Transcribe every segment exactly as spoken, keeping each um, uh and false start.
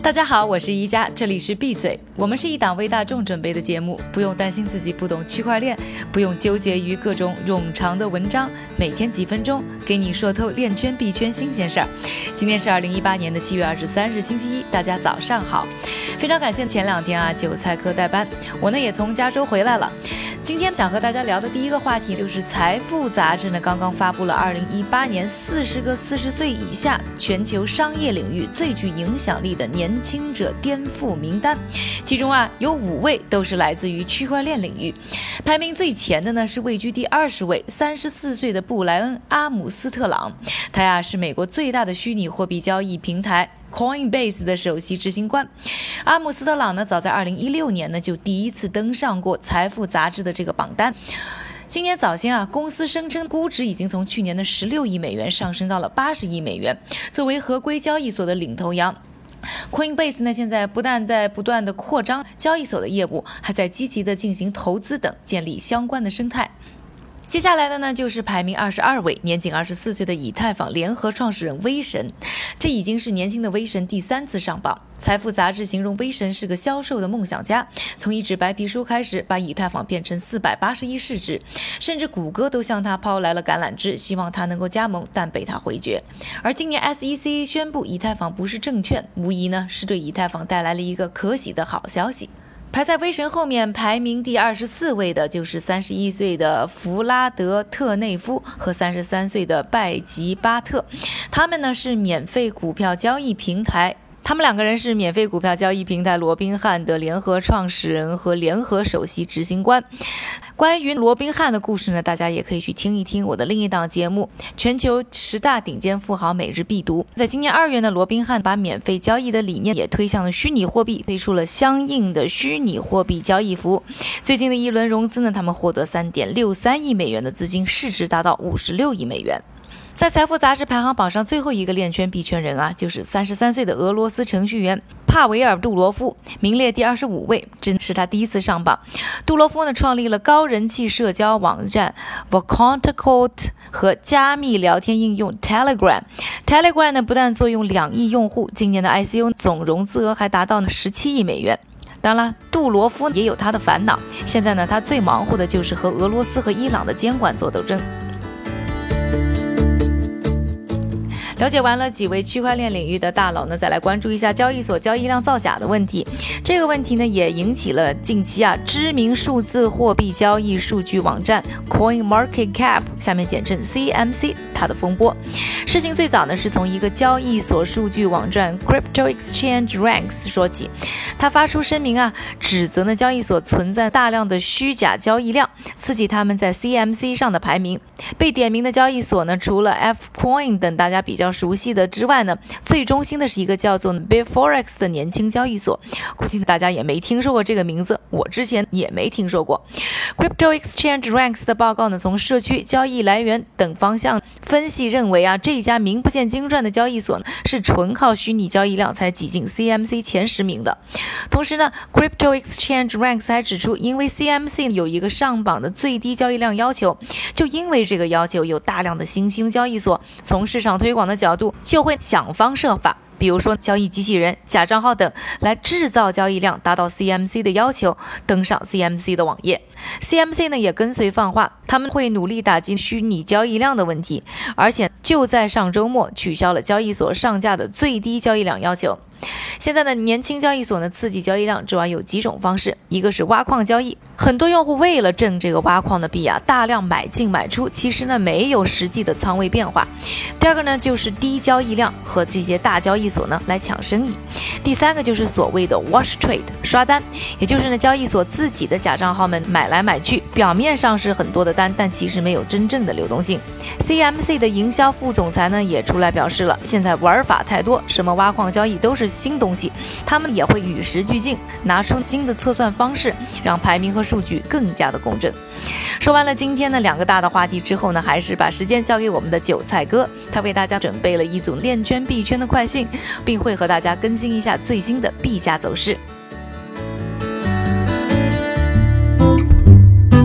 大家好，我是宜家，这里是闭嘴。我们是一档为大众准备的节目，不用担心自己不懂区块链，不用纠结于各种冗长的文章，每天几分钟给你说透链圈币圈新鲜事儿。今天是二零一八年的七月二十三日星期一，大家早上好。非常感谢前两天啊韭菜课代班，我呢也从加州回来了。今天想和大家聊的第一个话题就是财富杂志呢刚刚发布了二零一八年四十个四十岁以下全球商业领域最具影响力的年轻者颠覆名单，其中啊有五位都是来自于区块链领域。排名最前的呢是位居第二十位三十四岁的布莱恩·阿姆斯特朗，他呀是美国最大的虚拟货币交易平台Coinbase 的首席执行官。阿姆斯特朗呢早在二零一六年呢就第一次登上过财富杂志的这个榜单。今年早先啊，公司声称估值已经从去年的十六亿美元上升到了八十亿美元。作为合规交易所的领头羊， Coinbase 呢现在不但在不断的扩张交易所的业务，还在积极的进行投资等，建立相关的生态。接下来的呢就是排名二十二位年仅二十四岁的以太坊联合创始人威神，这已经是年轻的威神第三次上榜。财富杂志形容威神是个销售的梦想家，从一纸白皮书开始把以太坊变成四百八十亿市值，甚至谷歌都向他抛来了橄榄枝，希望他能够加盟，但被他回绝。而今年 S E C 宣布以太坊不是证券，无疑呢是对以太坊带来了一个可喜的好消息。排在威神后面排名第二十四位的就是三十一岁的弗拉德特内夫和三十三岁的拜吉巴特，他们呢是免费股票交易平台他们两个人是免费股票交易平台罗宾汉的联合创始人和联合首席执行官。关于罗宾汉的故事呢，大家也可以去听一听我的另一档节目《全球十大顶尖富豪每日必读》。在今年二月呢，罗宾汉把免费交易的理念也推向了虚拟货币，推出了相应的虚拟货币交易服务。最近的一轮融资呢，他们获得 三点六三亿美元的资金，市值达到五十六亿美元。在财富杂志排行榜上最后一个链圈币圈人啊，就是三十三岁的俄罗斯程序员帕维尔·杜罗夫，名列第二十五位，这是他第一次上榜。杜罗夫呢创立了高人气社交网站 Vocontact 和加密聊天应用 Telegram。 Telegram 呢不但坐拥两亿用户，今年的 I C O 总融资额还达到了十七亿美元。当然，杜罗夫也有他的烦恼，现在呢他最忙活的就是和俄罗斯和伊朗的监管做斗争。了解完了几位区块链领域的大佬呢，再来关注一下交易所交易量造假的问题。这个问题呢，也引起了近期啊知名数字货币交易数据网站 CoinMarketCap 下面简称 C M C 它的风波。事情最早呢是从一个交易所数据网站 Crypto Exchange Ranks 说起，他发出声明啊，指责呢交易所存在大量的虚假交易量，刺激他们在 C M C 上的排名。被点名的交易所呢，除了 Fcoin 等大家比较熟悉的之外呢，最中心的是一个叫做 Bitforex 的年轻交易所，估计大家也没听说过这个名字，我之前也没听说过。Crypto Exchange Ranks 的报告呢，从社区、交易来源等方向分析，认为啊，这家名不见经传的交易所呢，是纯靠虚拟交易量才挤进 C M C 前十名的。同时呢 Crypto Exchange Ranks 还指出，因为 C M C 有一个上榜的最低交易量要求，就因为这个要求，有大量的新兴交易所从市场推广的角度就会想方设法，比如说交易机器人、假账号等，来制造交易量达到 C M C 的要求，登上 C M C 的网页。C M C 呢也跟随放话，他们会努力打击虚拟交易量的问题，而且就在上周末取消了交易所上架的最低交易量要求。现在的年轻交易所呢，刺激交易量主要有几种方式，一个是挖矿交易，很多用户为了挣这个挖矿的币啊，大量买进买出，其实呢没有实际的仓位变化。第二个呢就是低交易量和这些大交易所呢来抢生意。第三个就是所谓的 wash trade 刷单，也就是呢交易所自己的假账号们买来买去，表面上是很多的单，但其实没有真正的流动性。 C M C 的营销副总裁呢也出来表示了，现在玩法太多，什么挖矿交易都是新东西，他们也会与时俱进，拿出新的测算方式，让排名和数据更加的公正。说完了今天的两个大的话题之后呢，还是把时间交给我们的韭菜哥，他为大家准备了一组链圈币圈的快讯，并会和大家更新一下最新的币价走势。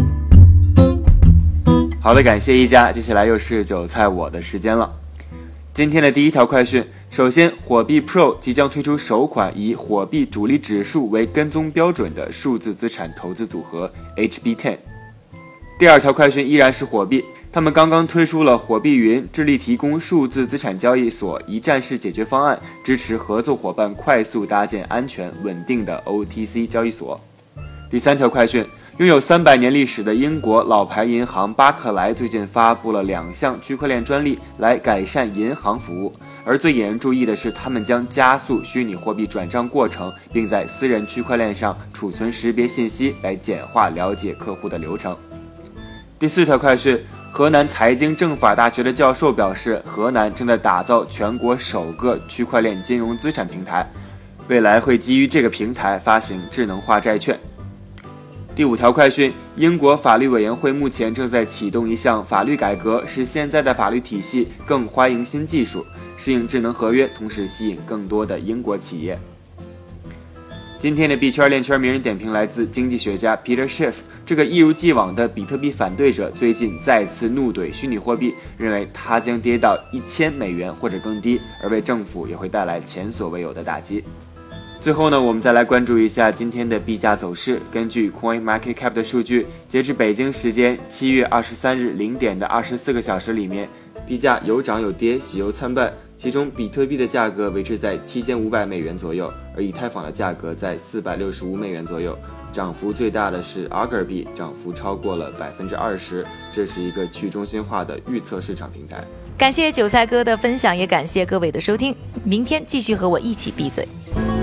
好的，感谢一家，接下来又是韭菜我的时间了。 今天的第一条快讯，首先，火币 Pro 即将推出首款以火币主力指数为跟踪标准的数字资产投资组合 H B 十。第二条快讯依然是火币，他们刚刚推出了火币云，致力提供数字资产交易所一站式解决方案，支持合作伙伴快速搭建安全稳定的 O T C 交易所。第三条快讯，拥有三百年历史的英国老牌银行巴克莱最近发布了两项区块链专利来改善银行服务，而最引人注意的是，他们将加速虚拟货币转账过程，并在私人区块链上储存识别信息，来简化了解客户的流程。第四条快讯，河南财经政法大学的教授表示，河南正在打造全国首个区块链金融资产平台，未来会基于这个平台发行智能化债券。第五条快讯，英国法律委员会目前正在启动一项法律改革，使现在的法律体系更欢迎新技术，适应智能合约，同时吸引更多的英国企业。今天的币圈链圈名人点评来自经济学家 Peter Schiff， 这个一如既往的比特币反对者最近再次怒怼虚拟货币，认为它将跌到一千美元或者更低，而为政府也会带来前所未有的打击。最后呢，我们再来关注一下今天的币价走势。根据 CoinMarketCap 的数据，截至北京时间七月二十三日零点的二十四个小时里面，币价有涨有跌，喜忧参半。其中，比特币的价格维持在七千五百美元左右，而以太坊的价格在四百六十五美元左右。涨幅最大的是 Augur 币，涨幅超过了百分之二十。这是一个去中心化的预测市场平台。 感谢韭菜哥的分享，也感谢各位的收听。明天继续和我一起闭嘴。